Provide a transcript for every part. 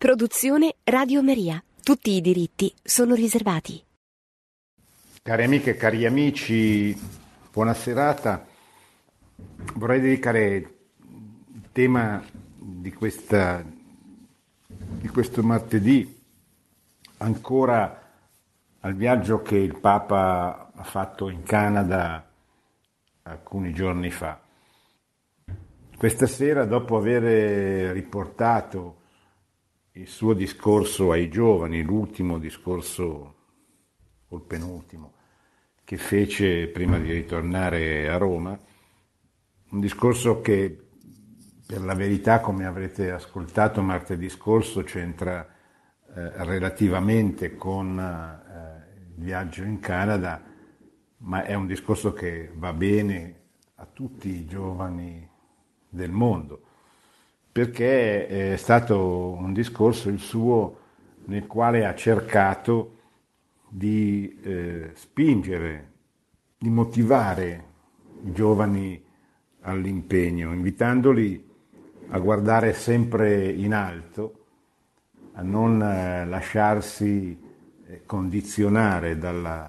Produzione Radio Maria. Tutti i diritti sono riservati. Cari amiche e cari amici, buona serata. Vorrei dedicare il tema di questo martedì ancora al viaggio che il Papa ha fatto in Canada alcuni giorni fa. Questa sera, dopo aver riportato il suo discorso ai giovani, l'ultimo discorso o il penultimo che fece prima di ritornare a Roma, un discorso che per la verità, come avrete ascoltato martedì scorso, c'entra relativamente con il viaggio in Canada, ma è un discorso che va bene a tutti i giovani del mondo, perché è stato un discorso il suo nel quale ha cercato di spingere, di motivare i giovani all'impegno, invitandoli a guardare sempre in alto, a non lasciarsi condizionare dalla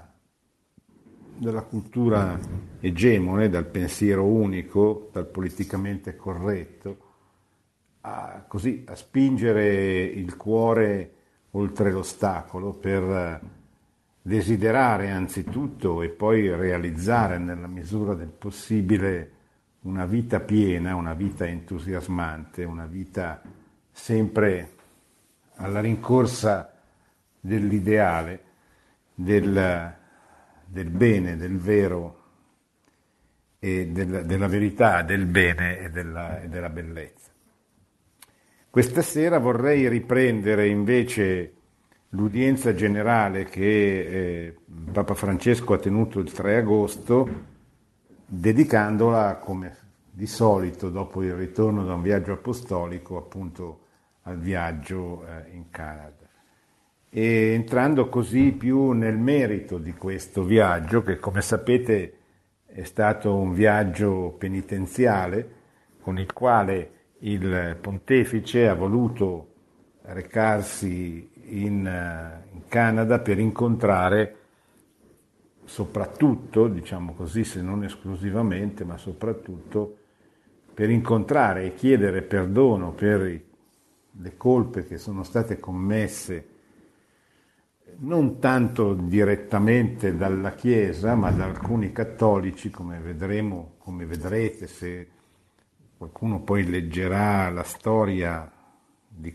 cultura egemone, dal pensiero unico, dal politicamente corretto, a spingere il cuore oltre l'ostacolo per desiderare anzitutto e poi realizzare nella misura del possibile una vita piena, una vita entusiasmante, una vita sempre alla rincorsa dell'ideale, del bene, del vero e della verità, del bene e della bellezza. Questa sera vorrei riprendere invece l'udienza generale che Papa Francesco ha tenuto il 3 agosto, dedicandola, come di solito, dopo il ritorno da un viaggio apostolico, appunto al viaggio in Canada. E entrando così più nel merito di questo viaggio, che come sapete è stato un viaggio penitenziale, con il quale il pontefice ha voluto recarsi in Canada per incontrare soprattutto, diciamo così, se non esclusivamente, ma soprattutto per incontrare e chiedere perdono per le colpe che sono state commesse non tanto direttamente dalla Chiesa, ma da alcuni cattolici, come vedremo, come vedrete, se qualcuno poi leggerà la storia di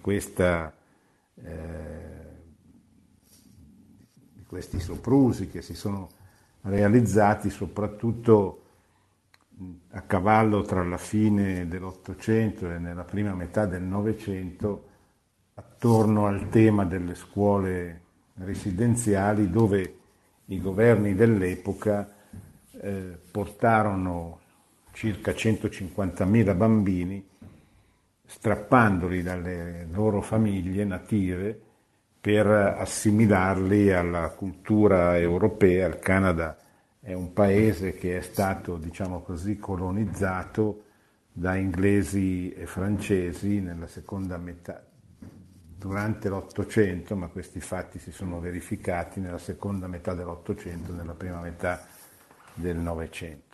questi soprusi che si sono realizzati soprattutto a cavallo tra la fine dell'Ottocento e nella prima metà del Novecento, attorno al tema delle scuole residenziali, dove i governi dell'epoca portarono circa 150.000 bambini, strappandoli dalle loro famiglie native per assimilarli alla cultura europea. Il Canada è un paese che è stato, diciamo così, colonizzato da inglesi e francesi nella seconda metà, durante l'Ottocento, ma questi fatti si sono verificati nella seconda metà dell'Ottocento, nella prima metà del Novecento.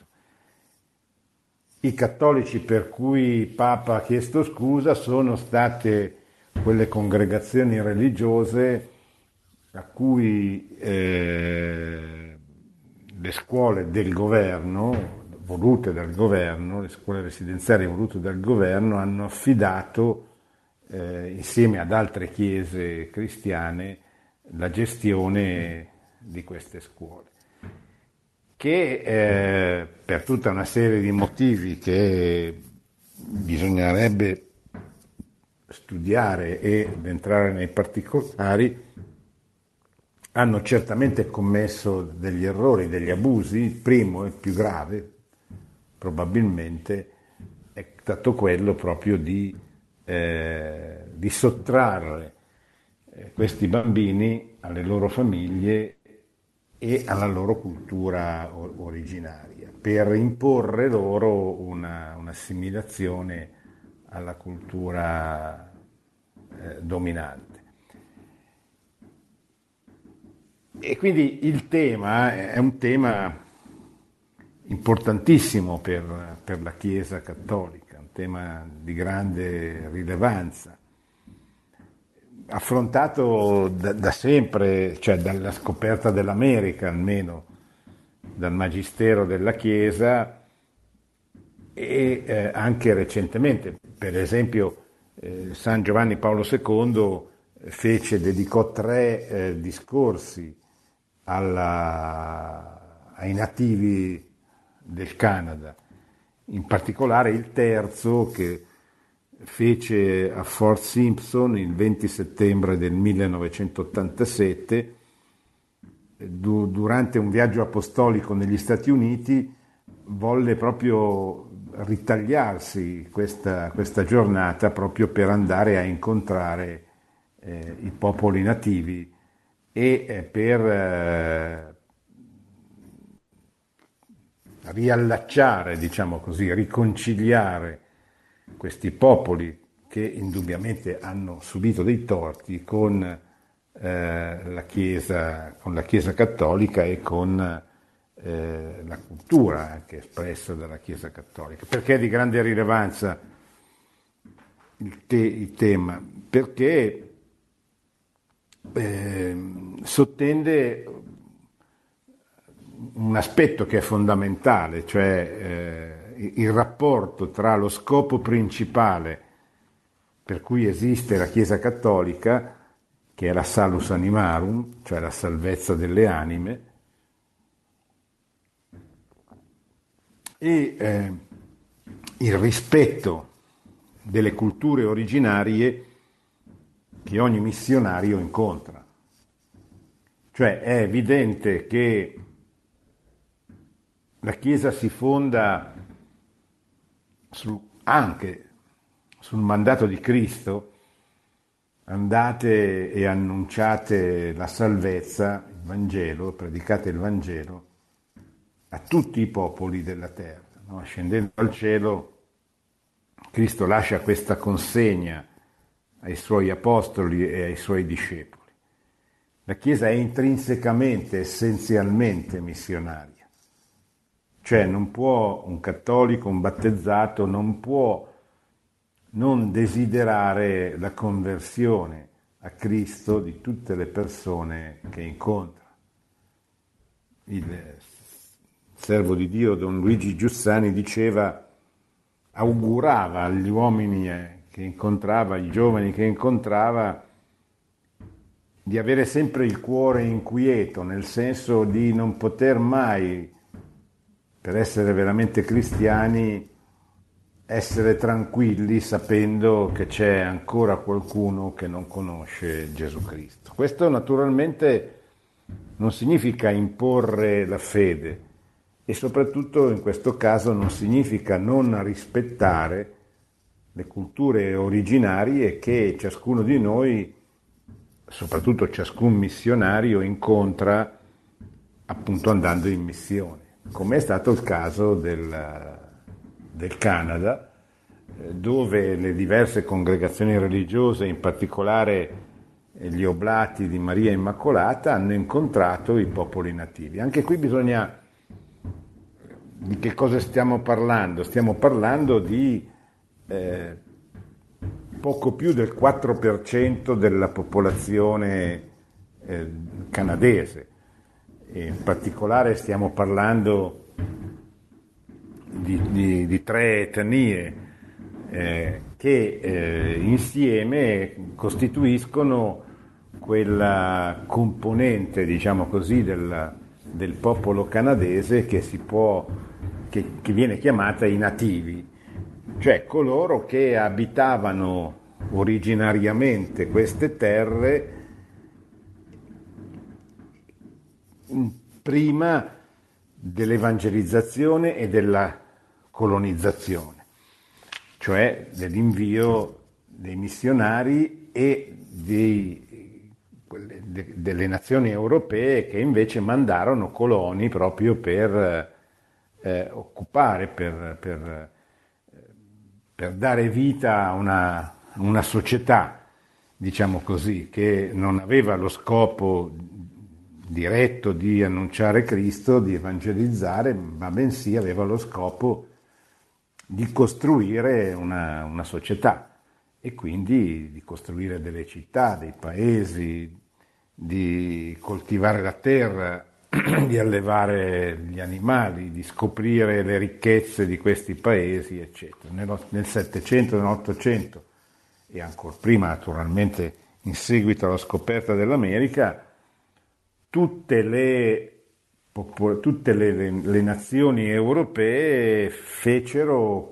I cattolici per cui il Papa ha chiesto scusa sono state quelle congregazioni religiose a cui le scuole del governo, volute dal governo, le scuole residenziali volute dal governo, hanno affidato insieme ad altre chiese cristiane la gestione di queste scuole, che per tutta una serie di motivi che bisognerebbe studiare ed entrare nei particolari, hanno certamente commesso degli errori, degli abusi. Il primo e più grave probabilmente è stato quello proprio di sottrarre questi bambini alle loro famiglie e alla loro cultura originaria, per imporre loro un'assimilazione alla cultura dominante. E quindi il tema è un tema importantissimo per la Chiesa cattolica, un tema di grande rilevanza, affrontato da sempre, cioè dalla scoperta dell'America almeno, dal Magistero della Chiesa e anche recentemente. Per esempio San Giovanni Paolo II dedicò 3 discorsi ai nativi del Canada, in particolare il terzo che fece a Fort Simpson il 20 settembre del 1987, durante un viaggio apostolico negli Stati Uniti. Volle proprio ritagliarsi questa giornata proprio per andare a incontrare i popoli nativi e per riallacciare, diciamo così, riconciliare questi popoli che indubbiamente hanno subito dei torti con la Chiesa cattolica e con la cultura anche espressa dalla Chiesa cattolica. Perché è di grande rilevanza il tema? Perché sottende un aspetto che è fondamentale, cioè il rapporto tra lo scopo principale per cui esiste la Chiesa cattolica, che è la salus animarum, cioè la salvezza delle anime, e il rispetto delle culture originarie che ogni missionario incontra. Cioè è evidente che la Chiesa si fonda anche sul mandato di Cristo: andate e annunciate la salvezza, il Vangelo, predicate il Vangelo a tutti i popoli della terra. No? Scendendo dal cielo, Cristo lascia questa consegna ai suoi apostoli e ai suoi discepoli. La Chiesa è intrinsecamente, essenzialmente missionaria. Cioè non può un cattolico, un battezzato, non può non desiderare la conversione a Cristo di tutte le persone che incontra. Il servo di Dio Don Luigi Giussani augurava agli uomini che incontrava, ai giovani che incontrava, di avere sempre il cuore inquieto, nel senso di non poter mai, per essere veramente cristiani, essere tranquilli sapendo che c'è ancora qualcuno che non conosce Gesù Cristo. Questo naturalmente non significa imporre la fede e soprattutto in questo caso non significa non rispettare le culture originarie che ciascuno di noi, soprattutto ciascun missionario, incontra appunto andando in missione, come è stato il caso del Canada, dove le diverse congregazioni religiose, in particolare gli Oblati di Maria Immacolata, hanno incontrato i popoli nativi. Anche qui di che cosa stiamo parlando? Stiamo parlando di poco più del 4% della popolazione canadese. E in particolare stiamo parlando di 3 etnie che insieme costituiscono quella componente, diciamo così, del popolo canadese che viene chiamata i nativi, cioè coloro che abitavano originariamente queste terre prima dell'evangelizzazione e della colonizzazione, cioè dell'invio dei missionari e delle nazioni europee che invece mandarono coloni proprio per occupare, per dare vita a una società diciamo così, che non aveva lo scopo diretto di annunciare Cristo, di evangelizzare, ma bensì aveva lo scopo di costruire una società e quindi di costruire delle città, dei paesi, di coltivare la terra, di allevare gli animali, di scoprire le ricchezze di questi paesi, eccetera. Nel Settecento, nell'Ottocento e ancora prima, naturalmente, in seguito alla scoperta dell'America, tutte le nazioni europee fecero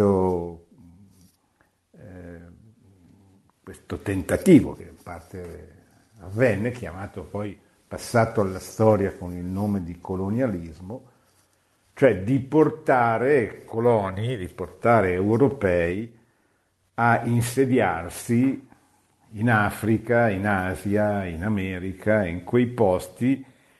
questo tentativo, che in parte avvenne, chiamato poi, passato alla storia con il nome di colonialismo, cioè di portare coloni, di portare europei a insediarsi in Africa, in Asia, in America, in quei posti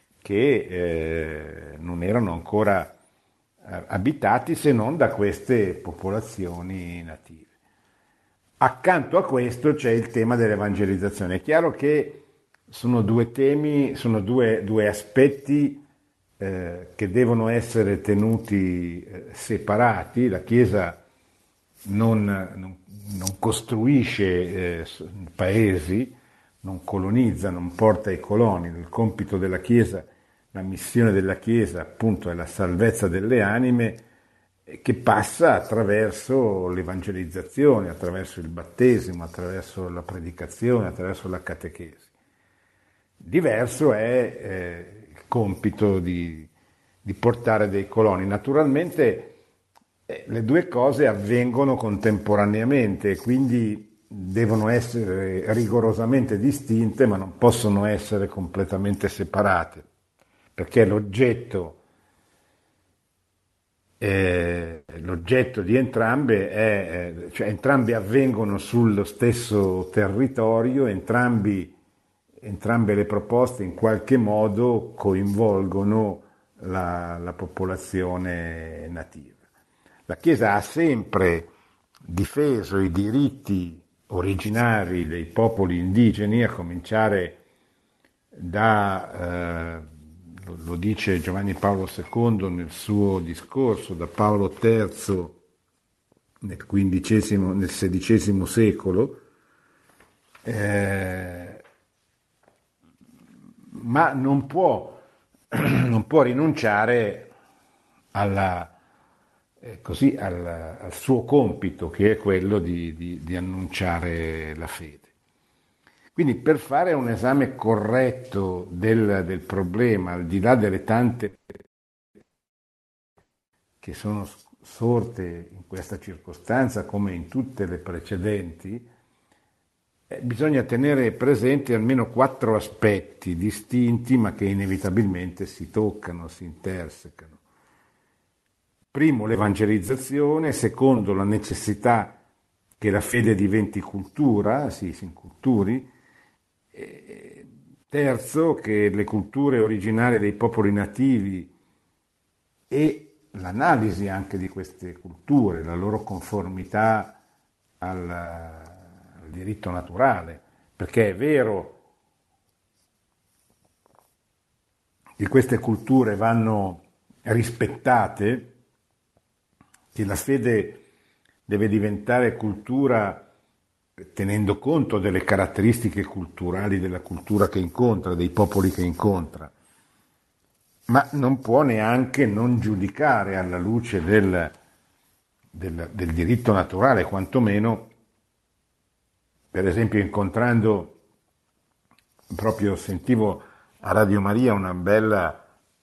che non erano ancora abitati se non da queste popolazioni native. Accanto a questo c'è il tema dell'evangelizzazione. È chiaro che sono due temi, sono due aspetti che devono essere tenuti separati. La Chiesa non costruisce paesi, non colonizza, non porta i coloni. Il compito della Chiesa, la missione della Chiesa appunto è la salvezza delle anime, che passa attraverso l'evangelizzazione, attraverso il battesimo, attraverso la predicazione, attraverso la catechesi. Diverso è il compito di portare dei coloni. Naturalmente le due cose avvengono contemporaneamente, quindi devono essere rigorosamente distinte, ma non possono essere completamente separate, perché l'oggetto di entrambe cioè entrambi avvengono sullo stesso territorio, entrambe le proposte in qualche modo coinvolgono la popolazione nativa. La Chiesa ha sempre difeso i diritti originari dei popoli indigeni, a cominciare lo dice Giovanni Paolo II nel suo discorso, da Paolo III nel XVI secolo, ma non può rinunciare al suo compito, che è quello di annunciare la fede. Quindi per fare un esame corretto del problema, al di là delle tante che sono sorte in questa circostanza come in tutte le precedenti, bisogna tenere presenti almeno 4 aspetti distinti ma che inevitabilmente si toccano, si intersecano. Primo, l'evangelizzazione; secondo, la necessità che la fede diventi cultura, si inculturi; terzo, che le culture originarie dei popoli nativi e l'analisi anche di queste culture, la loro conformità al diritto naturale, perché è vero che queste culture vanno rispettate, che la fede deve diventare cultura tenendo conto delle caratteristiche culturali della cultura che incontra, dei popoli che incontra, ma non può neanche non giudicare alla luce del diritto naturale, quantomeno, per esempio incontrando, proprio sentivo a Radio Maria una bella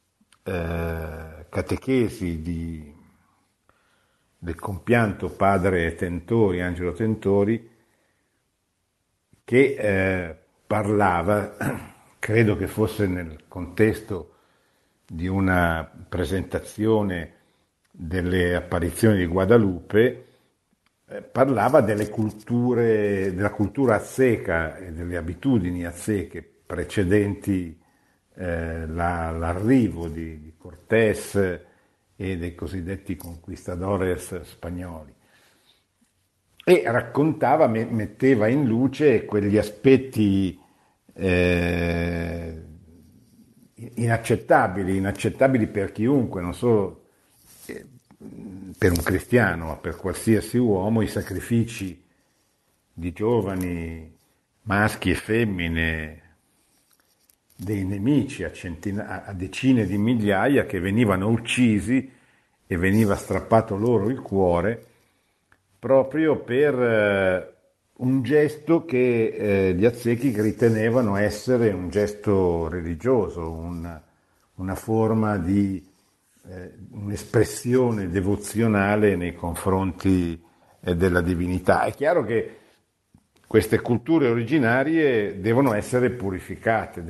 catechesi del compianto padre Tentori, Angelo Tentori, che parlava, credo che fosse nel contesto di una presentazione delle apparizioni di Guadalupe, parlava della cultura azteca e delle abitudini azteche precedenti l'arrivo di Cortés e dei cosiddetti conquistadores spagnoli. e raccontava, metteva in luce quegli aspetti inaccettabili per chiunque, non solo per un cristiano, ma per qualsiasi uomo, i sacrifici di giovani maschi e femmine dei nemici a decine di migliaia che venivano uccisi e veniva strappato loro il cuore proprio per un gesto che gli Aztechi ritenevano essere un gesto religioso, una forma di un'espressione devozionale nei confronti della divinità. È chiaro che queste culture originarie devono essere purificate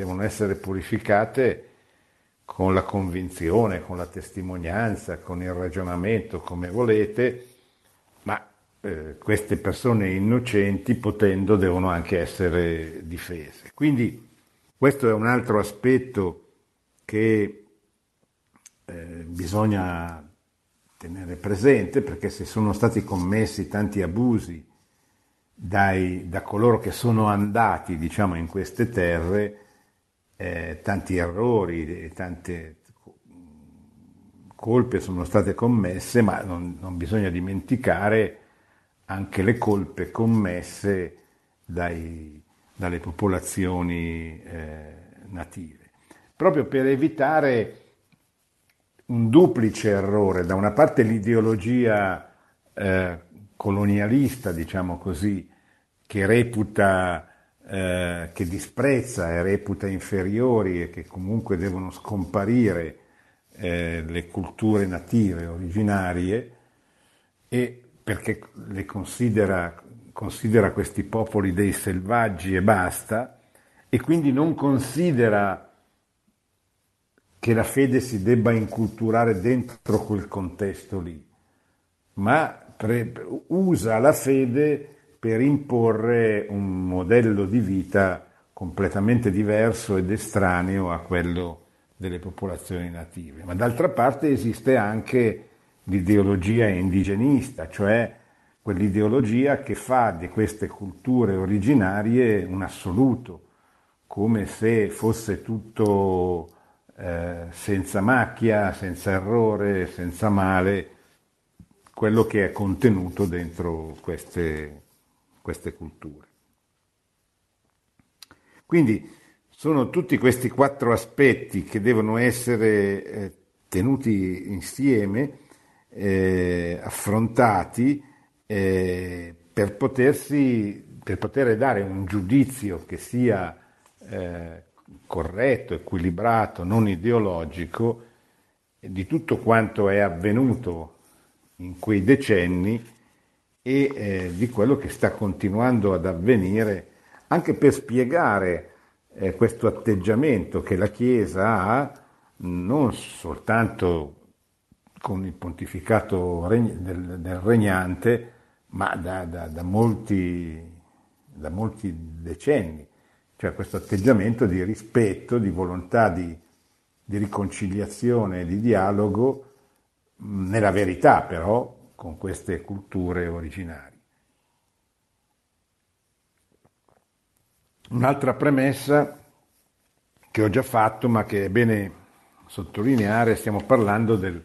con la convinzione, con la testimonianza, con il ragionamento, come volete, ma queste persone innocenti, potendo, devono anche essere difese. Quindi questo è un altro aspetto che bisogna tenere presente, perché se sono stati commessi tanti abusi da coloro che sono andati, diciamo, in queste terre, tanti errori, tante colpe sono state commesse, ma non bisogna dimenticare anche le colpe commesse dalle popolazioni native, proprio per evitare un duplice errore: da una parte l'ideologia colonialista, diciamo così, che reputa, che disprezza e reputa inferiori e che comunque devono scomparire le culture native originarie, e perché considera questi popoli dei selvaggi e basta, e quindi non considera che la fede si debba inculturare dentro quel contesto lì, ma usa la fede per imporre un modello di vita completamente diverso ed estraneo a quello delle popolazioni native. Ma d'altra parte esiste anche l'ideologia indigenista, cioè quell'ideologia che fa di queste culture originarie un assoluto, come se fosse tutto senza macchia, senza errore, senza male, quello che è contenuto dentro queste culture. Quindi sono tutti questi 4 aspetti che devono essere tenuti insieme, affrontati per poter dare un giudizio che sia corretto, equilibrato, non ideologico, di tutto quanto è avvenuto in quei decenni e di quello che sta continuando ad avvenire, anche per spiegare questo atteggiamento che la Chiesa ha, non soltanto con il pontificato del regnante, ma da molti decenni, cioè questo atteggiamento di rispetto, di volontà di riconciliazione e di dialogo, nella verità però, con queste culture originarie. Un'altra premessa che ho già fatto, ma che è bene sottolineare: stiamo parlando del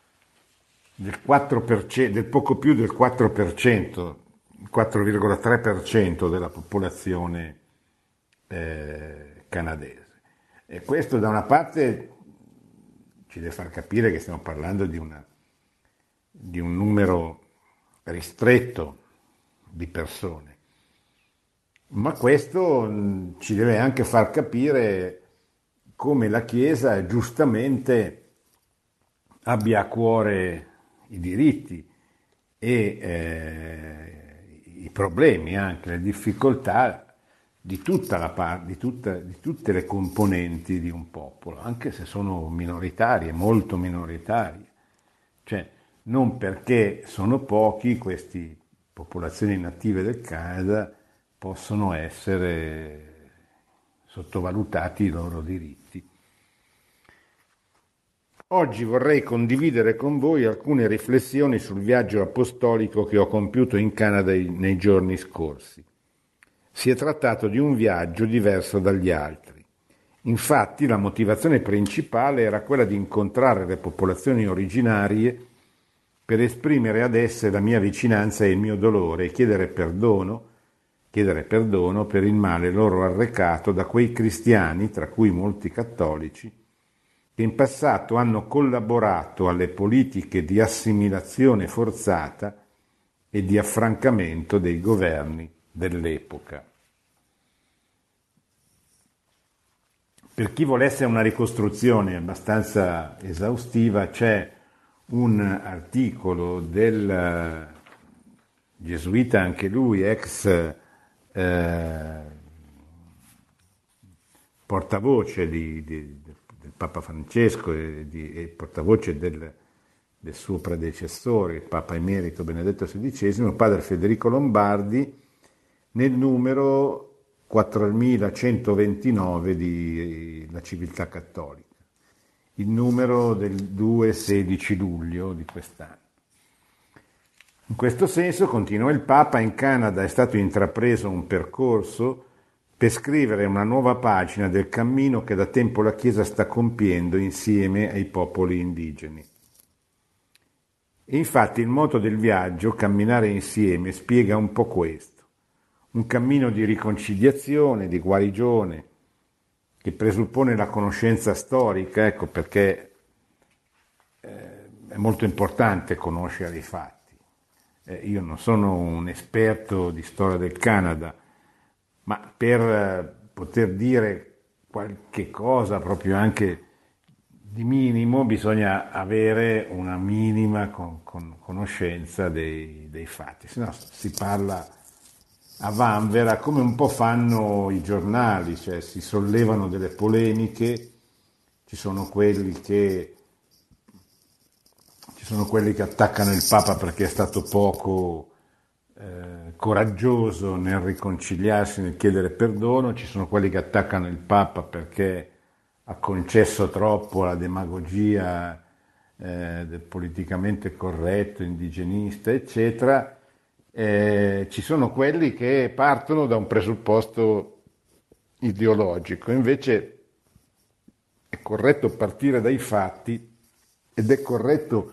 4%, del poco più del 4%, il 4,3% della popolazione canadese. E questo da una parte ci deve far capire che stiamo parlando di un numero ristretto di persone, ma questo ci deve anche far capire come la Chiesa giustamente abbia a cuore i diritti e i problemi, anche le difficoltà di tutte le componenti di un popolo, anche se sono minoritarie, molto minoritarie. Cioè, non perché sono pochi, queste popolazioni native del Canada possono essere sottovalutati i loro diritti. Oggi vorrei condividere con voi alcune riflessioni sul viaggio apostolico che ho compiuto in Canada nei giorni scorsi. Si è trattato di un viaggio diverso dagli altri. Infatti, la motivazione principale era quella di incontrare le popolazioni originarie per esprimere ad esse la mia vicinanza e il mio dolore e chiedere perdono per il male loro arrecato da quei cristiani, tra cui molti cattolici, che in passato hanno collaborato alle politiche di assimilazione forzata e di affrancamento dei governi dell'epoca. Per chi volesse una ricostruzione abbastanza esaustiva, c'è un articolo del gesuita, anche lui, ex portavoce del Papa Francesco e portavoce del suo predecessore, il Papa Emerito Benedetto XVI, padre Federico Lombardi, nel numero 4129 di La Civiltà Cattolica, il numero del 2-16 luglio di quest'anno. In questo senso, continua il Papa, in Canada è stato intrapreso un percorso per scrivere una nuova pagina del cammino che da tempo la Chiesa sta compiendo insieme ai popoli indigeni. E infatti il motto del viaggio, camminare insieme, spiega un po' questo. Un cammino di riconciliazione, di guarigione, che presuppone la conoscenza storica, ecco perché è molto importante conoscere i fatti. Io non sono un esperto di storia del Canada, ma per poter dire qualche cosa, proprio anche di minimo, bisogna avere una minima conoscenza dei fatti, se no si parla a vanvera, come un po' fanno i giornali, cioè si sollevano delle polemiche, ci sono quelli che attaccano il Papa perché è stato poco coraggioso nel riconciliarsi, nel chiedere perdono, ci sono quelli che attaccano il Papa perché ha concesso troppo alla demagogia del politicamente corretto, indigenista, eccetera. Ci sono quelli che partono da un presupposto ideologico, invece è corretto partire dai fatti ed è corretto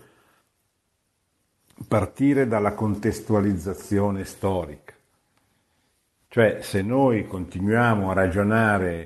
partire dalla contestualizzazione storica. Cioè, se noi continuiamo a ragionare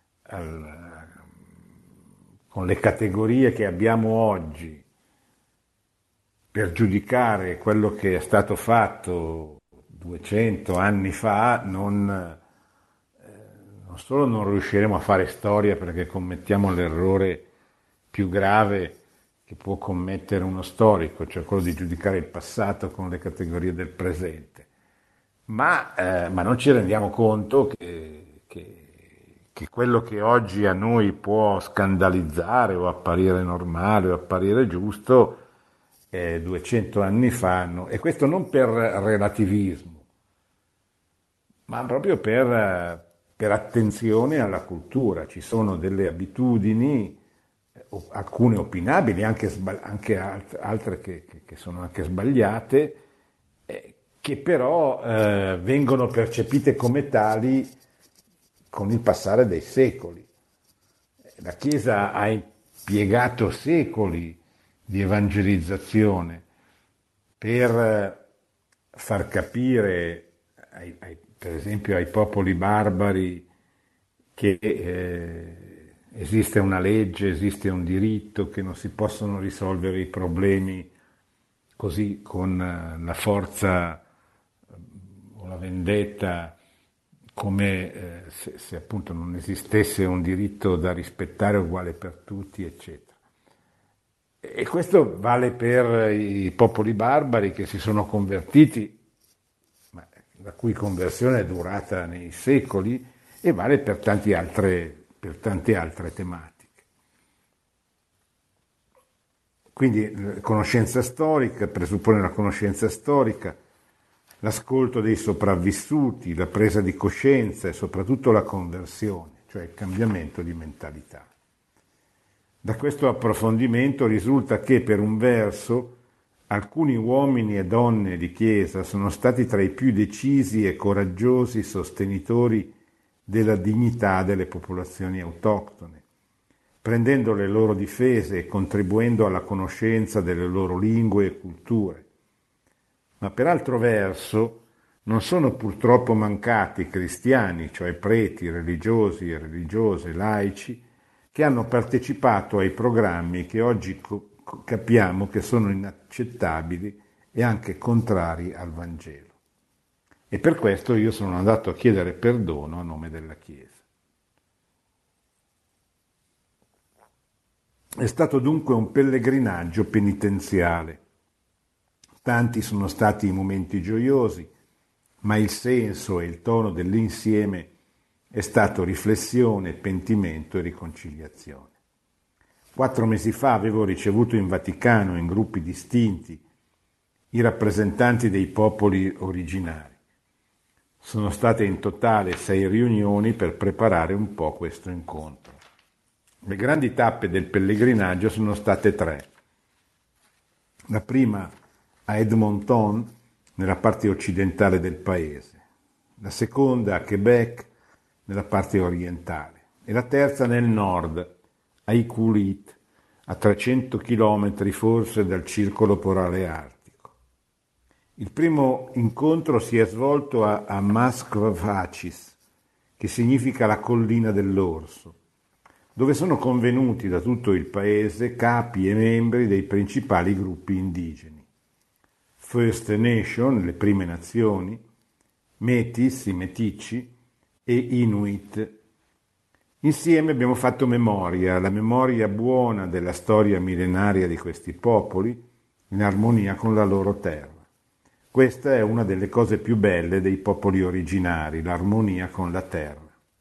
con le categorie che abbiamo oggi per giudicare quello che è stato fatto 200 anni fa, non solo non riusciremo a fare storia perché commettiamo l'errore più grave che può commettere uno storico, cioè quello di giudicare il passato con le categorie del presente, ma non ci rendiamo conto che quello che oggi a noi può scandalizzare o apparire normale o apparire giusto, 200 anni fa, e questo non per relativismo, ma proprio per attenzione alla cultura. Ci sono delle abitudini, alcune opinabili, anche altre che sono anche sbagliate, che però vengono percepite come tali con il passare dei secoli. La Chiesa ha impiegato secoli di evangelizzazione per far capire, per esempio ai popoli barbari, che esiste una legge, esiste un diritto, che non si possono risolvere i problemi così con la forza o la vendetta, come se appunto non esistesse un diritto da rispettare uguale per tutti, eccetera. E questo vale per i popoli barbari che si sono convertiti, ma la cui conversione è durata nei secoli, e vale per tante altre tematiche. Quindi conoscenza storica presuppone la conoscenza storica, l'ascolto dei sopravvissuti, la presa di coscienza e soprattutto la conversione, cioè il cambiamento di mentalità. Da questo approfondimento risulta che, per un verso, alcuni uomini e donne di Chiesa sono stati tra i più decisi e coraggiosi sostenitori della dignità delle popolazioni autoctone, prendendo le loro difese e contribuendo alla conoscenza delle loro lingue e culture. Ma per altro verso non sono purtroppo mancati cristiani, cioè preti, religiosi e religiose, laici, che hanno partecipato ai programmi che oggi capiamo che sono inaccettabili e anche contrari al Vangelo. E per questo io sono andato a chiedere perdono a nome della Chiesa. È stato dunque un pellegrinaggio penitenziale. Tanti sono stati i momenti gioiosi, ma il senso e il tono dell'insieme è stato riflessione, pentimento e riconciliazione. 4 mesi fa avevo ricevuto in Vaticano, in gruppi distinti, i rappresentanti dei popoli originari. Sono state in totale 6 riunioni per preparare un po' questo incontro. Le grandi tappe del pellegrinaggio sono state 3. La prima a Edmonton, nella parte occidentale del paese, la seconda a Quebec, nella parte orientale, e la terza nel nord, a Iqaluit, a 300 chilometri forse dal circolo polare artico. Il primo incontro si è svolto a Mascvavacis, che significa la collina dell'orso, dove sono convenuti da tutto il paese capi e membri dei principali gruppi indigeni. First Nation, le prime nazioni, Metis, i Meticci, e Inuit. Insieme abbiamo fatto memoria, la memoria buona della storia millenaria di questi popoli, in armonia con la loro terra. Questa è una delle cose più belle dei popoli originari, l'armonia con la terra.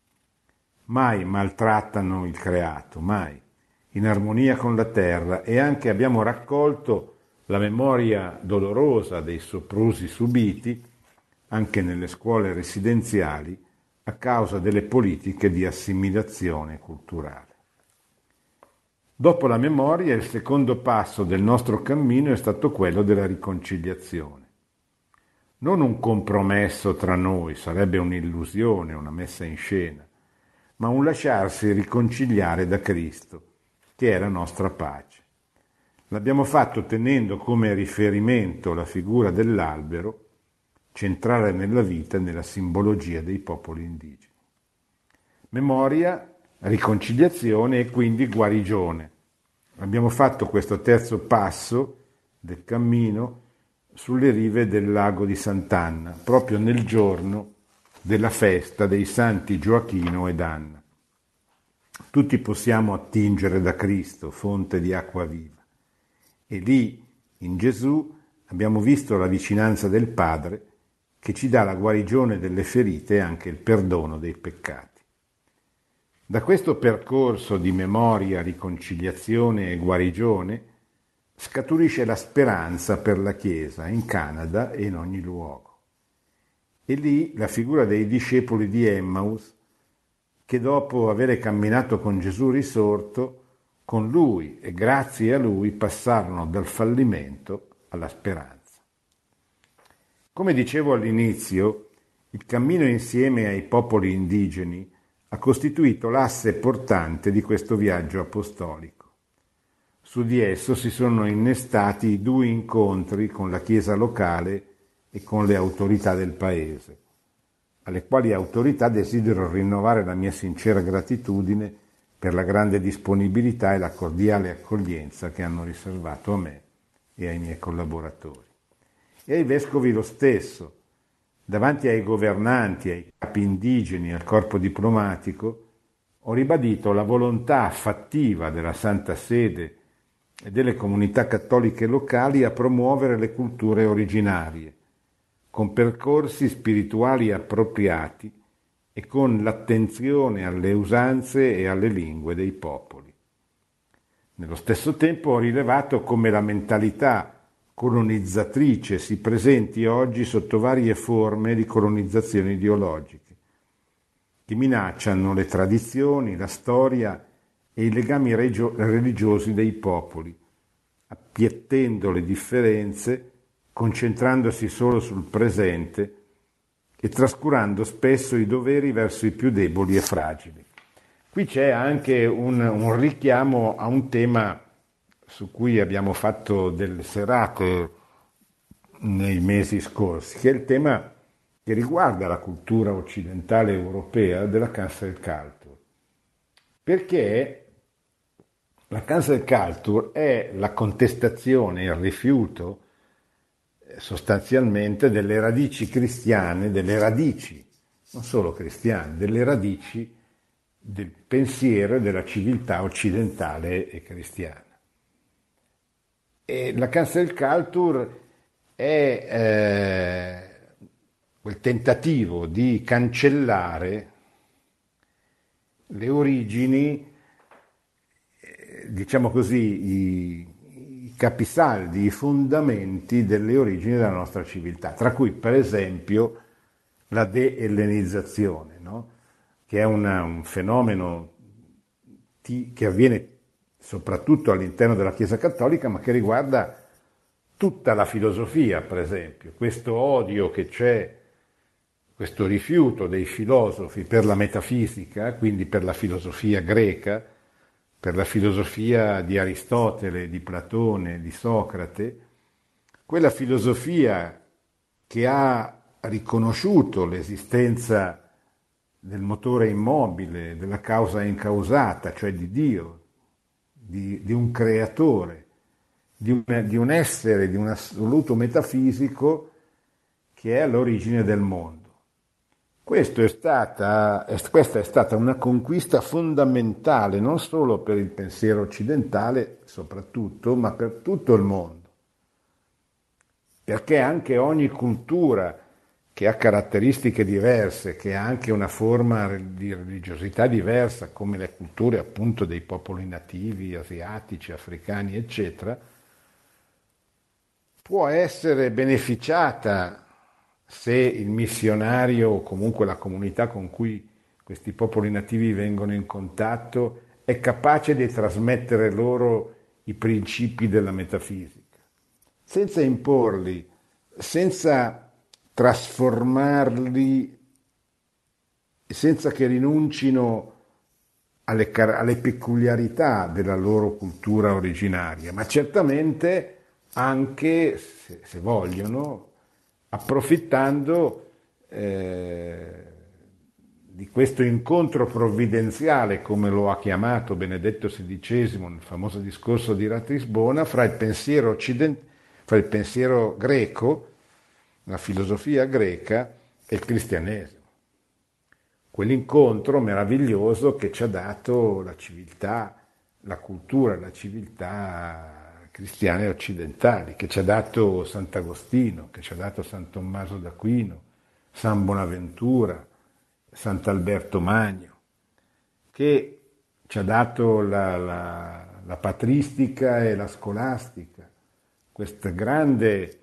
Mai maltrattano il creato, mai, in armonia con la terra, e anche abbiamo raccolto la memoria dolorosa dei soprusi subiti, anche nelle scuole residenziali, a causa delle politiche di assimilazione culturale. Dopo la memoria, il secondo passo del nostro cammino è stato quello della riconciliazione. Non un compromesso tra noi, sarebbe un'illusione, una messa in scena, ma un lasciarsi riconciliare da Cristo, che è la nostra pace. L'abbiamo fatto tenendo come riferimento la figura dell'albero, centrale nella vita e nella simbologia dei popoli indigeni. Memoria, riconciliazione e quindi guarigione. Abbiamo fatto questo terzo passo del cammino sulle rive del lago di Sant'Anna, proprio nel giorno della festa dei santi Gioachino ed Anna. Tutti possiamo attingere da Cristo, fonte di acqua viva. E lì, in Gesù, abbiamo visto la vicinanza del Padre che ci dà la guarigione delle ferite e anche il perdono dei peccati. Da questo percorso di memoria, riconciliazione e guarigione scaturisce la speranza per la Chiesa in Canada e in ogni luogo. E lì la figura dei discepoli di Emmaus, che dopo avere camminato con Gesù risorto, con Lui e grazie a Lui passarono dal fallimento alla speranza. Come dicevo all'inizio, il cammino insieme ai popoli indigeni ha costituito l'asse portante di questo viaggio apostolico. Su di esso si sono innestati 2 incontri con la Chiesa locale e con le autorità del Paese, alle quali autorità desidero rinnovare la mia sincera gratitudine per la grande disponibilità e la cordiale accoglienza che hanno riservato a me e ai miei collaboratori. E ai vescovi lo stesso. Davanti ai governanti, ai capi indigeni, al corpo diplomatico, ho ribadito la volontà fattiva della Santa Sede e delle comunità cattoliche locali a promuovere le culture originarie, con percorsi spirituali appropriati e con l'attenzione alle usanze e alle lingue dei popoli. Nello stesso tempo ho rilevato come la mentalità colonizzatrice si presenti oggi sotto varie forme di colonizzazione ideologiche, che minacciano le tradizioni, la storia e i legami religiosi dei popoli, appiattendo le differenze, concentrandosi solo sul presente e trascurando spesso i doveri verso i più deboli e fragili. Qui c'è anche un richiamo a un tema su cui abbiamo fatto delle serate nei mesi scorsi, che è il tema che riguarda la cultura occidentale europea della cancel culture. Perché la cancel culture è la contestazione, il rifiuto sostanzialmente delle radici cristiane, delle radici, non solo cristiane, delle radici del pensiero e della civiltà occidentale e cristiana. E la cancel culture è quel tentativo di cancellare le origini, diciamo così, i capisaldi, i fondamenti delle origini della nostra civiltà, tra cui per esempio la de-ellenizzazione, no? Che è un fenomeno che avviene soprattutto all'interno della Chiesa Cattolica, ma che riguarda tutta la filosofia, per esempio. Questo odio che c'è, questo rifiuto dei filosofi per la metafisica, quindi per la filosofia greca, per la filosofia di Aristotele, di Platone, di Socrate, quella filosofia che ha riconosciuto l'esistenza del motore immobile, della causa incausata, cioè di Dio, di un creatore, di un essere, di un assoluto metafisico che è all'origine del mondo. Questa è stata una conquista fondamentale non solo per il pensiero occidentale soprattutto, ma per tutto il mondo. Perché anche ogni cultura che ha caratteristiche diverse, che ha anche una forma di religiosità diversa, come le culture appunto dei popoli nativi, asiatici, africani, eccetera, può essere beneficiata se il missionario o comunque la comunità con cui questi popoli nativi vengono in contatto è capace di trasmettere loro i principi della metafisica, senza imporli, senza trasformarli, senza che rinuncino alle peculiarità della loro cultura originaria, ma certamente anche, se vogliono, approfittando di questo incontro provvidenziale, come lo ha chiamato Benedetto XVI nel famoso discorso di Ratisbona, fra il pensiero fra il pensiero greco, la filosofia greca e il cristianesimo. Quell'incontro meraviglioso che ci ha dato la civiltà, la cultura, la civiltà cristiane occidentali, che ci ha dato Sant'Agostino, che ci ha dato San Tommaso d'Aquino, San Bonaventura, Sant'Alberto Magno, che ci ha dato la patristica e la scolastica, questo grande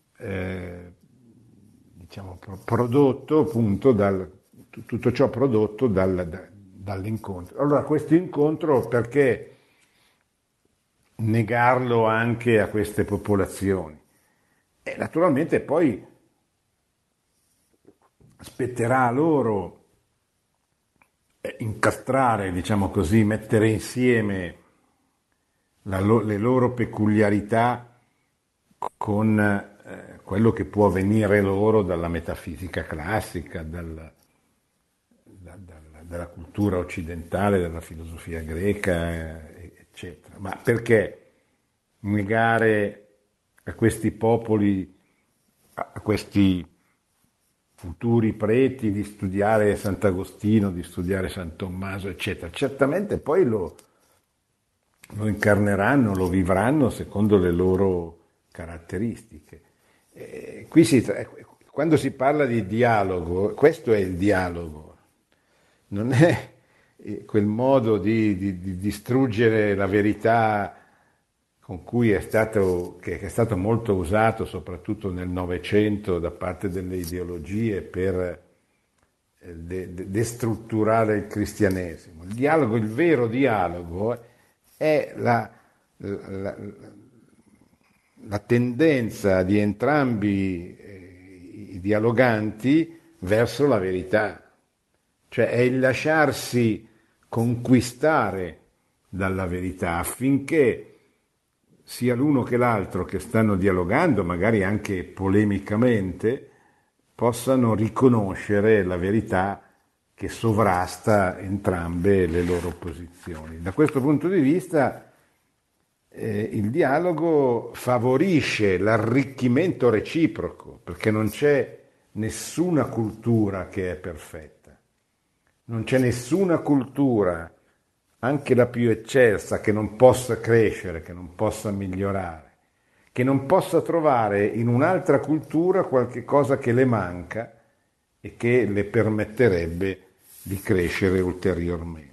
prodotto appunto tutto ciò prodotto dall'incontro. Allora questo incontro perché negarlo anche a queste popolazioni? E naturalmente poi spetterà a loro incastrare, diciamo così, mettere insieme le loro peculiarità con quello che può venire loro dalla metafisica classica, dalla cultura occidentale, dalla filosofia greca, eccetera. Ma perché negare a questi popoli, a questi futuri preti di studiare Sant'Agostino, di studiare San Tommaso, eccetera? Certamente poi lo incarneranno, lo vivranno secondo le loro caratteristiche. Quando si parla di dialogo, questo è il dialogo, non è quel modo di distruggere la verità con cui che è stato molto usato soprattutto nel Novecento da parte delle ideologie per destrutturare il cristianesimo. Il dialogo, il vero dialogo, è la tendenza di entrambi i dialoganti verso la verità, cioè è il lasciarsi conquistare dalla verità affinché sia l'uno che l'altro che stanno dialogando, magari anche polemicamente, possano riconoscere la verità che sovrasta entrambe le loro posizioni. Da questo punto di vista il dialogo favorisce l'arricchimento reciproco, perché non c'è nessuna cultura che è perfetta, non c'è nessuna cultura, anche la più eccelsa, che non possa crescere, che non possa migliorare, che non possa trovare in un'altra cultura qualche cosa che le manca e che le permetterebbe di crescere ulteriormente.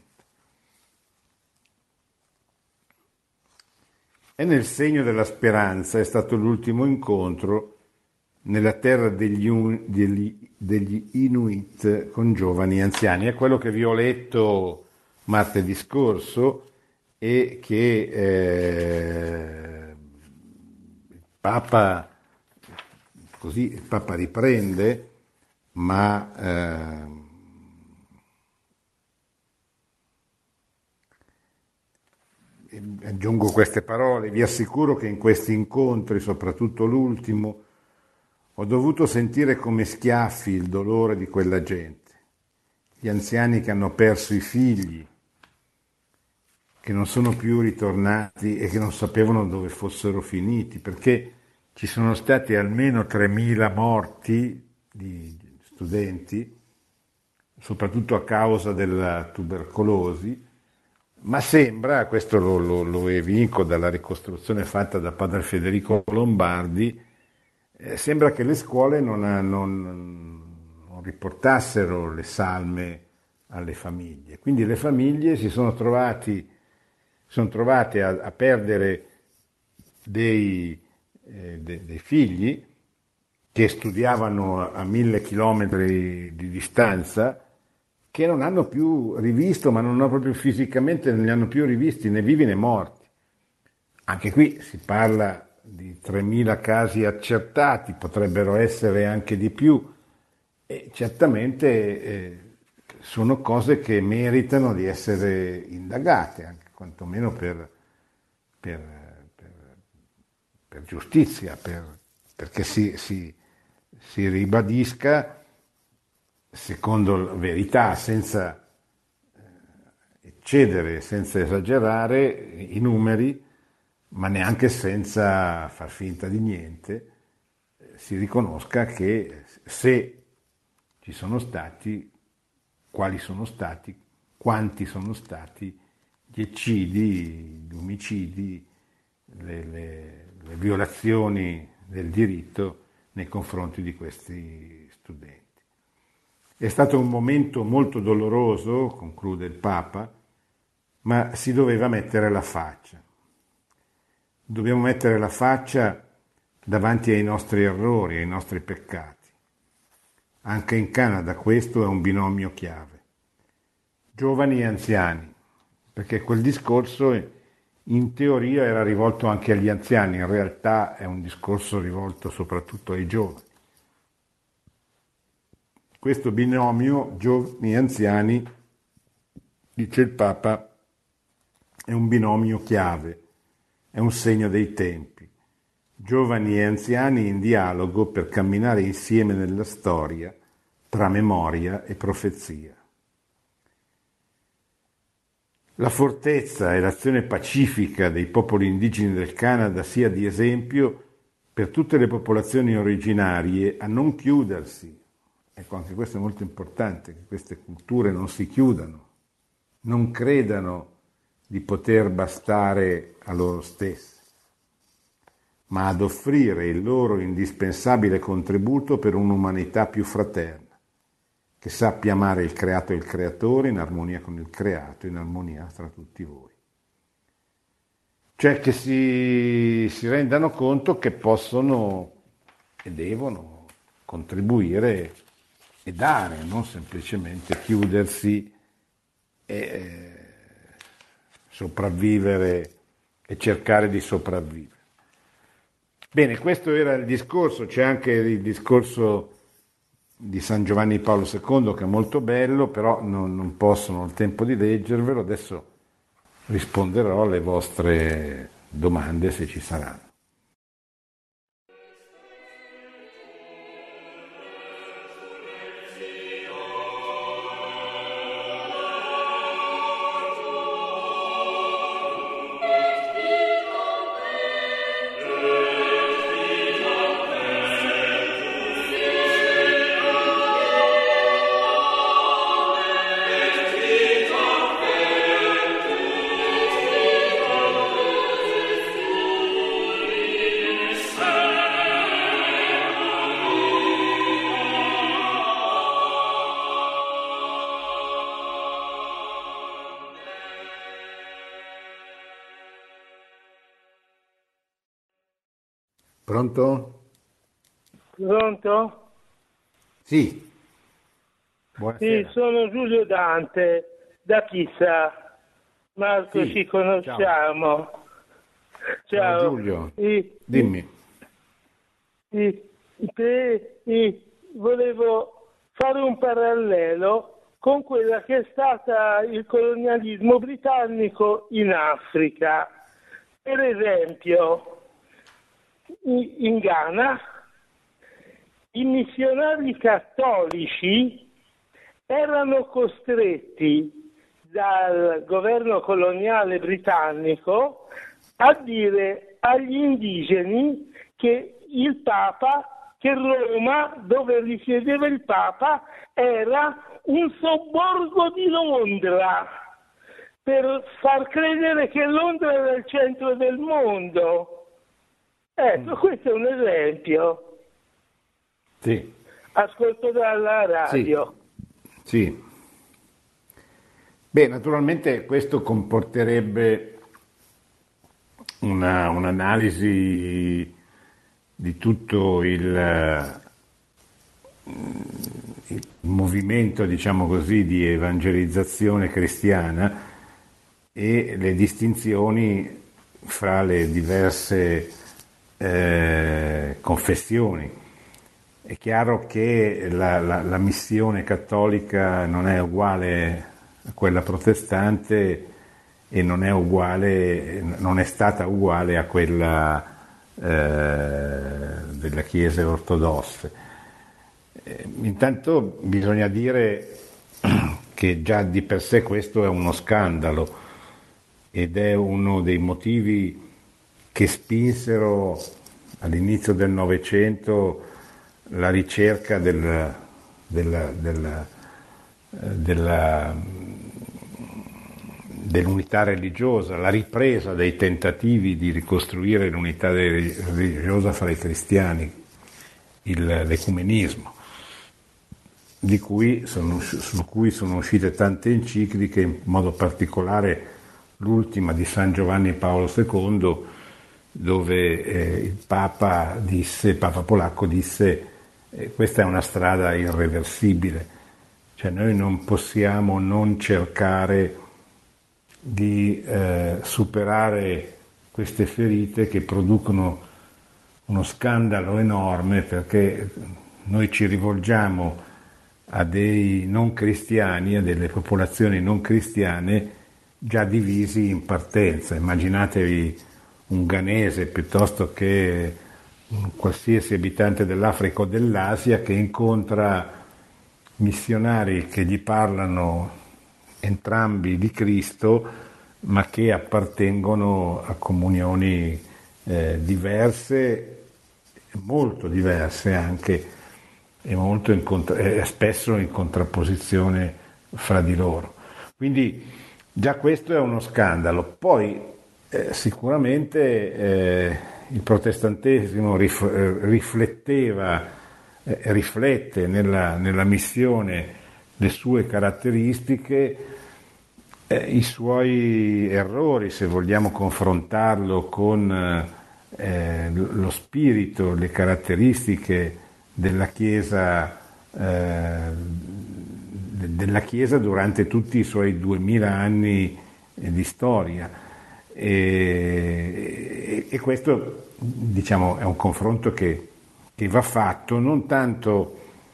E nel segno della speranza è stato l'ultimo incontro nella terra degli Inuit con giovani anziani. È quello che vi ho letto martedì scorso e che il Papa riprende, ma aggiungo queste parole: vi assicuro che in questi incontri, soprattutto l'ultimo, ho dovuto sentire come schiaffi il dolore di quella gente, gli anziani che hanno perso i figli, che non sono più ritornati e che non sapevano dove fossero finiti, perché ci sono stati almeno 3.000 morti di studenti, soprattutto a causa della tubercolosi, ma sembra, questo lo evinco dalla ricostruzione fatta da padre Federico Lombardi, sembra che le scuole non riportassero le salme alle famiglie. Quindi le famiglie si sono trovate a perdere dei figli che studiavano a 1.000 chilometri di distanza, che non hanno più rivisto, ma non hanno proprio fisicamente, non li hanno più rivisti né vivi né morti. Anche qui si parla di 3.000 casi accertati, potrebbero essere anche di più, e certamente sono cose che meritano di essere indagate, anche quantomeno per giustizia, perché si ribadisca secondo verità, senza eccedere, senza esagerare i numeri, ma neanche senza far finta di niente, si riconosca che se ci sono stati, quali sono stati, quanti sono stati gli eccidi, gli omicidi, le violazioni del diritto nei confronti di questi studenti. È stato un momento molto doloroso, conclude il Papa, ma si doveva mettere la faccia. Dobbiamo mettere la faccia davanti ai nostri errori, ai nostri peccati. Anche in Canada questo è un binomio chiave. Giovani e anziani, perché quel discorso in teoria era rivolto anche agli anziani, in realtà è un discorso rivolto soprattutto ai giovani. Questo binomio, giovani e anziani, dice il Papa, è un binomio chiave, è un segno dei tempi. Giovani e anziani in dialogo per camminare insieme nella storia, tra memoria e profezia. La fortezza e l'azione pacifica dei popoli indigeni del Canada sia di esempio per tutte le popolazioni originarie a non chiudersi. Ecco, anche questo è molto importante, che queste culture non si chiudano, non credano di poter bastare a loro stesse, ma ad offrire il loro indispensabile contributo per un'umanità più fraterna, che sappia amare il creato e il creatore in armonia con il creato, in armonia tra tutti voi. Cioè che si rendano conto che possono e devono contribuire e dare, non semplicemente chiudersi e sopravvivere e cercare di sopravvivere. Bene, questo era il discorso, c'è anche il discorso di San Giovanni Paolo II che è molto bello, però non posso, non ho il tempo di leggervelo, adesso risponderò alle vostre domande se ci saranno. Pronto? Pronto? Sì. Buonasera. Sì, sono Giulio Dante, da Pisa. Marco, Sì, ci conosciamo. Ciao. Giulio, dimmi. Volevo fare un parallelo con quella che è stata il colonialismo britannico in Africa. Per esempio, in Ghana i missionari cattolici erano costretti dal governo coloniale britannico a dire agli indigeni che il Papa, che Roma, dove risiedeva il Papa, era un sobborgo di Londra, per far credere che Londra era il centro del mondo. Ecco, questo è un esempio. Sì. Ascolto dalla radio. Sì. Beh, naturalmente questo comporterebbe un'analisi di tutto il movimento, diciamo così, di evangelizzazione cristiana e le distinzioni fra le diverse confessioni. È chiaro che la missione cattolica non è uguale a quella protestante e non è stata uguale a quella delle chiese ortodosse. Intanto bisogna dire che già di per sé questo è uno scandalo ed è uno dei motivi che spinsero all'inizio del Novecento la ricerca dell'unità religiosa, la ripresa dei tentativi di ricostruire l'unità religiosa fra i cristiani, l'ecumenismo, su cui sono uscite tante encicliche, in modo particolare l'ultima di San Giovanni Paolo II, dove il Papa polacco disse questa è una strada irreversibile, cioè noi non possiamo non cercare di superare queste ferite che producono uno scandalo enorme, perché noi ci rivolgiamo a dei non cristiani, a delle popolazioni non cristiane già divisi in partenza. Immaginatevi un ghanese piuttosto che un qualsiasi abitante dell'Africa o dell'Asia che incontra missionari che gli parlano entrambi di Cristo, ma che appartengono a comunioni diverse, molto diverse anche, e spesso in contrapposizione fra di loro. Quindi già questo è uno scandalo. Poi sicuramente il protestantesimo riflette nella missione le sue caratteristiche, i suoi errori, se vogliamo confrontarlo con lo spirito, le caratteristiche della Chiesa della Chiesa durante tutti i suoi 2000 anni di storia. E questo, diciamo, è un confronto che va fatto non tanto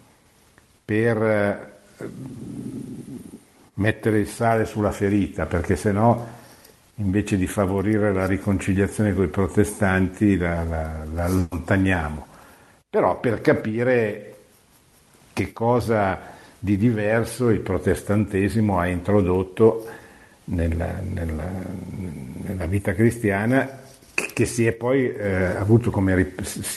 per mettere il sale sulla ferita, perché sennò invece di favorire la riconciliazione con i protestanti la allontaniamo, però per capire che cosa di diverso il protestantesimo ha introdotto nella vita cristiana, che si è poi avuto come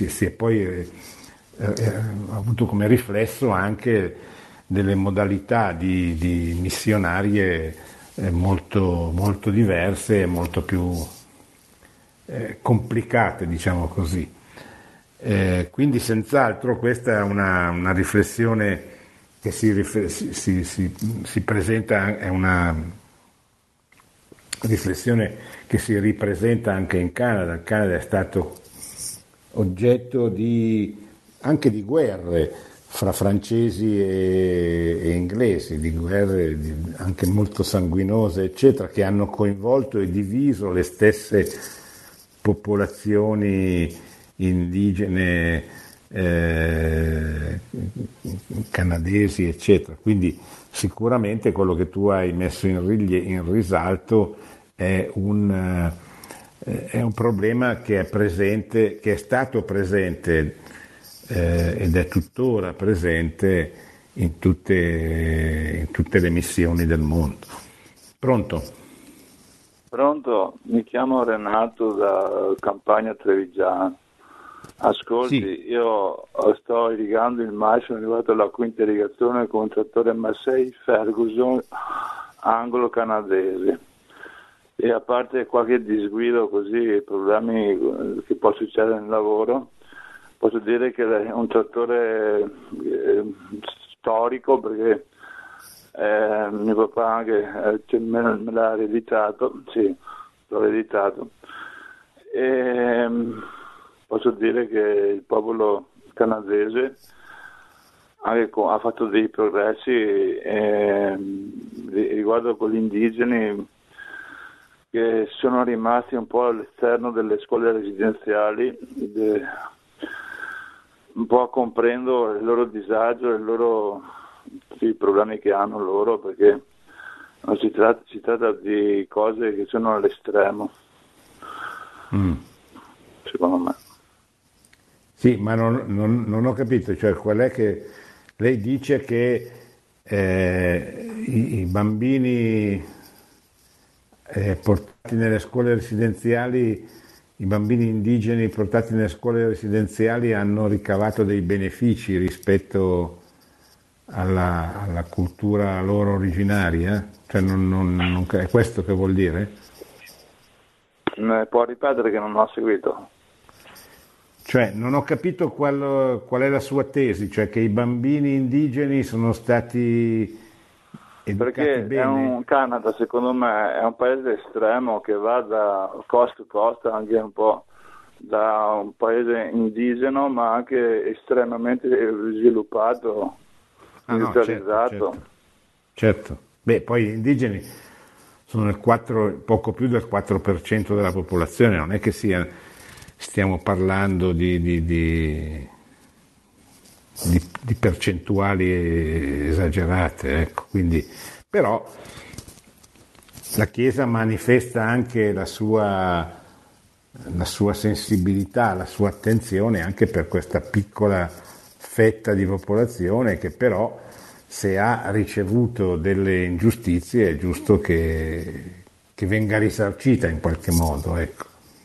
avuto come riflesso anche delle modalità di missionarie molto, molto diverse e molto più complicate, diciamo così. Quindi senz'altro questa è una riflessione che si presenta, è una riflessione che si ripresenta anche in Canada. Il Canada è stato oggetto anche di guerre fra francesi e inglesi, di guerre anche molto sanguinose, eccetera, che hanno coinvolto e diviso le stesse popolazioni indigene canadesi, eccetera. Quindi sicuramente quello che tu hai messo in risalto è un problema che è presente, che è stato presente ed è tuttora presente in tutte le missioni del mondo. Pronto? Pronto, mi chiamo Renato da Campagna Trevigiana. Ascolti, sì. Io sto irrigando il mais, sono arrivato alla quinta irrigazione con un trattore Massey Ferguson anglo-canadese, e a parte qualche disguido così, problemi che può succedere nel lavoro, posso dire che è un trattore storico, perché mio papà anche me l'ha ereditato, sì, l'ho ereditato, e posso dire che il popolo canadese ha fatto dei progressi riguardo con gli indigeni, che sono rimasti un po' all'esterno delle scuole residenziali. Un po' comprendo il loro disagio e i problemi che hanno loro, perché non si tratta di cose che sono all'estremo, secondo me. Sì, ma non ho capito, cioè qual è che lei dice che i bambini portati nelle scuole residenziali, i bambini indigeni portati nelle scuole residenziali hanno ricavato dei benefici rispetto alla cultura loro originaria? Cioè è questo che vuol dire? Può ripetere, che non ho seguito? Cioè, non ho capito qual è la sua tesi, cioè che i bambini indigeni sono stati educati perché bene? È un Canada, secondo me, è un paese estremo che va da costa a costa, anche un po' da un paese indigeno, ma anche estremamente sviluppato, industrializzato. Certo. Beh, poi gli indigeni sono poco più del 4% della popolazione, non è che stiamo parlando di percentuali esagerate, ecco. Quindi, però la Chiesa manifesta anche la sua sensibilità, la sua attenzione anche per questa piccola fetta di popolazione che però, se ha ricevuto delle ingiustizie, è giusto che venga risarcita in qualche modo, ecco.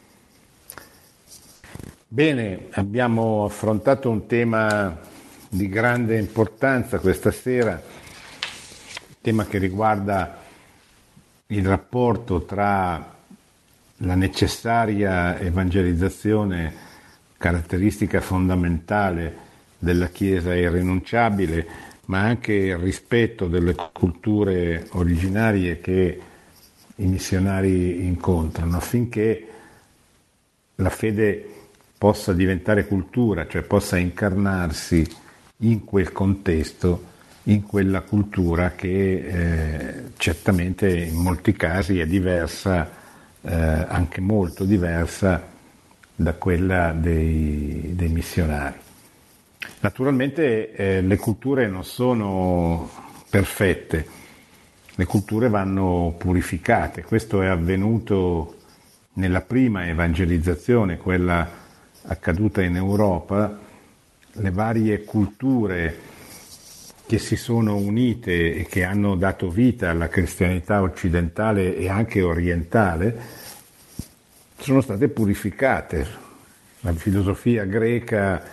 Bene, abbiamo affrontato un tema di grande importanza questa sera, tema che riguarda il rapporto tra la necessaria evangelizzazione, caratteristica fondamentale della Chiesa irrinunciabile, ma anche il rispetto delle culture originarie che i missionari incontrano, affinché la fede possa diventare cultura, cioè possa incarnarsi in quel contesto, in quella cultura che certamente in molti casi è diversa, anche molto diversa da quella dei missionari. Naturalmente le culture non sono perfette, le culture vanno purificate. Questo è avvenuto nella prima evangelizzazione, quella accaduta in Europa. Le varie culture che si sono unite e che hanno dato vita alla cristianità occidentale e anche orientale sono state purificate. La filosofia greca,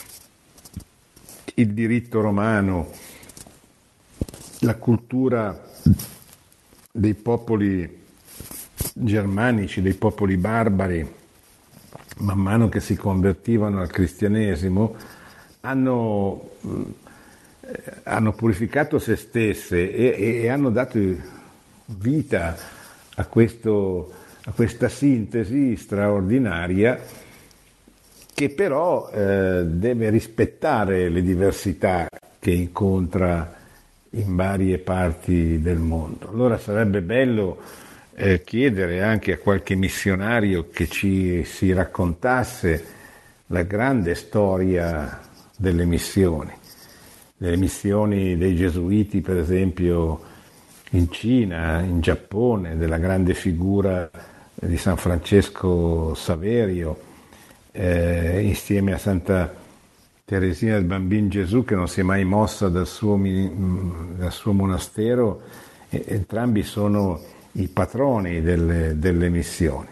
il diritto romano, la cultura dei popoli germanici, dei popoli barbari, man mano che si convertivano al cristianesimo, hanno purificato se stesse e hanno dato vita a questa sintesi straordinaria, che però deve rispettare le diversità che incontra in varie parti del mondo. Allora sarebbe bello chiedere anche a qualche missionario che si raccontasse la grande storia delle missioni dei Gesuiti, per esempio in Cina, in Giappone, della grande figura di San Francesco Saverio, insieme a Santa Teresina del Bambino Gesù, che non si è mai mossa dal suo monastero. Entrambi sono i patroni delle missioni.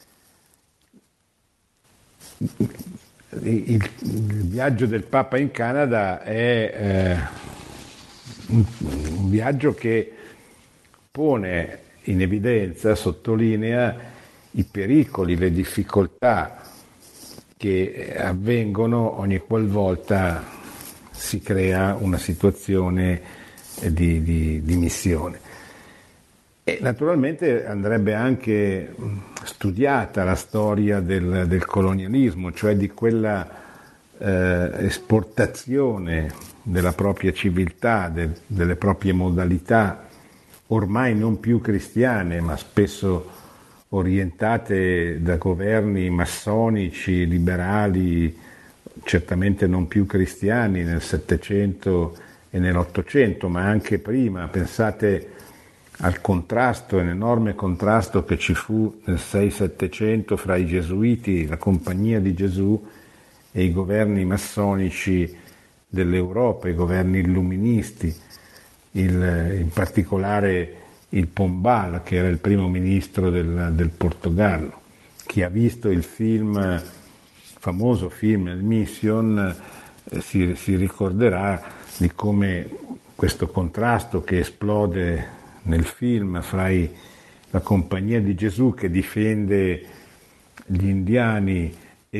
Il viaggio del Papa in Canada è un viaggio che pone in evidenza, sottolinea i pericoli, le difficoltà che avvengono ogni qualvolta si crea una situazione di missione. E naturalmente andrebbe anche studiata la storia del colonialismo, cioè di quella esportazione della propria civiltà, delle proprie modalità, ormai non più cristiane, ma spesso orientate da governi massonici, liberali, certamente non più cristiani nel Settecento e nell'Ottocento, ma anche prima. Pensate al contrasto, un enorme contrasto che ci fu nel 6-700 fra i Gesuiti, la Compagnia di Gesù, e i governi massonici dell'Europa, i governi illuministi, in particolare il Pombal, che era il primo ministro del Portogallo. Chi ha visto il famoso film Mission si ricorderà di come questo contrasto che esplode nel film fra la Compagnia di Gesù, che difende gli indiani,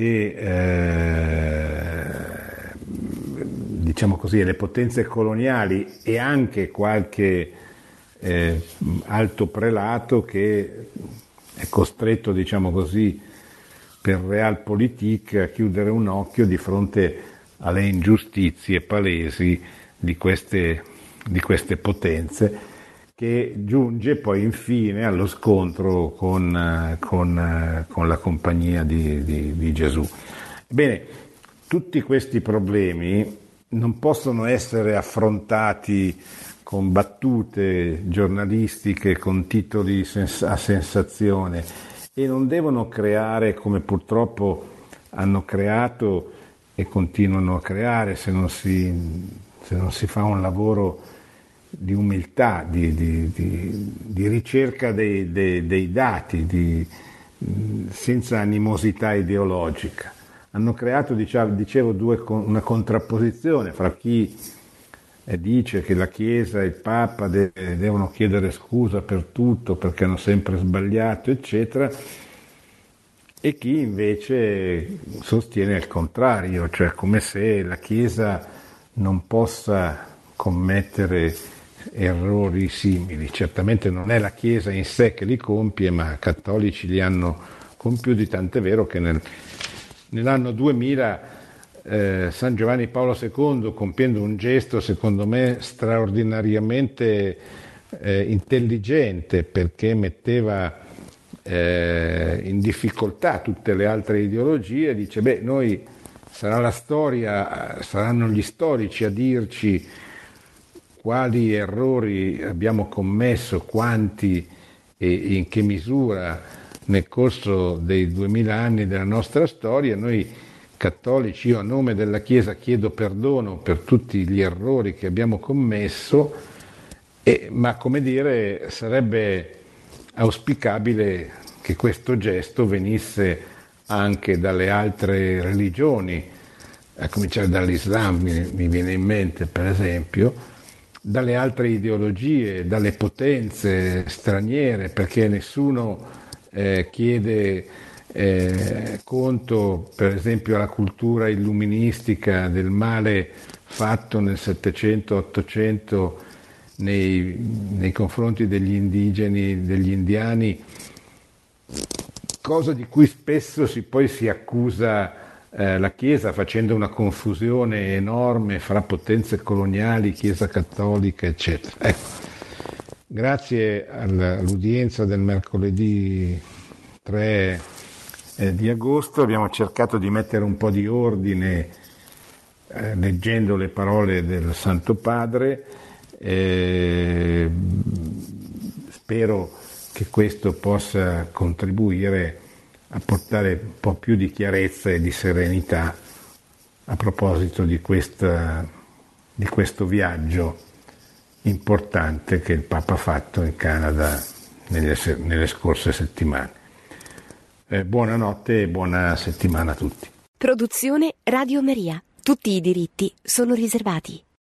e diciamo così, le potenze coloniali, e anche qualche alto prelato che è costretto, diciamo così, per realpolitik a chiudere un occhio di fronte alle ingiustizie palesi di queste potenze, che giunge poi infine allo scontro con la Compagnia di Gesù. Ebbene, tutti questi problemi non possono essere affrontati con battute giornalistiche, con titoli a sensazione, e non devono creare, come purtroppo hanno creato e continuano a creare, se non si fa un lavoro di umiltà, di ricerca dei dati, senza animosità ideologica. Hanno creato, dicevo, una contrapposizione fra chi dice che la Chiesa e il Papa devono chiedere scusa per tutto perché hanno sempre sbagliato, eccetera, e chi invece sostiene il contrario, cioè come se la Chiesa non possa commettere errori simili. Certamente non è la Chiesa in sé che li compie, ma cattolici li hanno compiuti, tant'è vero che nell'anno 2000 San Giovanni Paolo II, compiendo un gesto secondo me straordinariamente intelligente, perché metteva in difficoltà tutte le altre ideologie, dice: beh, noi sarà la storia, saranno gli storici a dirci quali errori abbiamo commesso, quanti e in che misura nel corso dei 2000 anni della nostra storia. Noi cattolici, io a nome della Chiesa chiedo perdono per tutti gli errori che abbiamo commesso, ma come dire, sarebbe auspicabile che questo gesto venisse anche dalle altre religioni, a cominciare dall'Islam, mi viene in mente per esempio, dalle altre ideologie, dalle potenze straniere, perché nessuno chiede conto per esempio alla cultura illuministica del male fatto nel 700-800 nei confronti degli indigeni, degli indiani, cosa di cui spesso poi si accusa la Chiesa, facendo una confusione enorme fra potenze coloniali, Chiesa cattolica, eccetera. Ecco, grazie all'udienza del mercoledì 3 di agosto abbiamo cercato di mettere un po' di ordine leggendo le parole del Santo Padre. Spero che questo possa contribuire a portare un po' più di chiarezza e di serenità a proposito di questo viaggio importante che il Papa ha fatto in Canada nelle scorse settimane. Buonanotte e buona settimana a tutti. Produzione Radio Maria. Tutti i diritti sono riservati.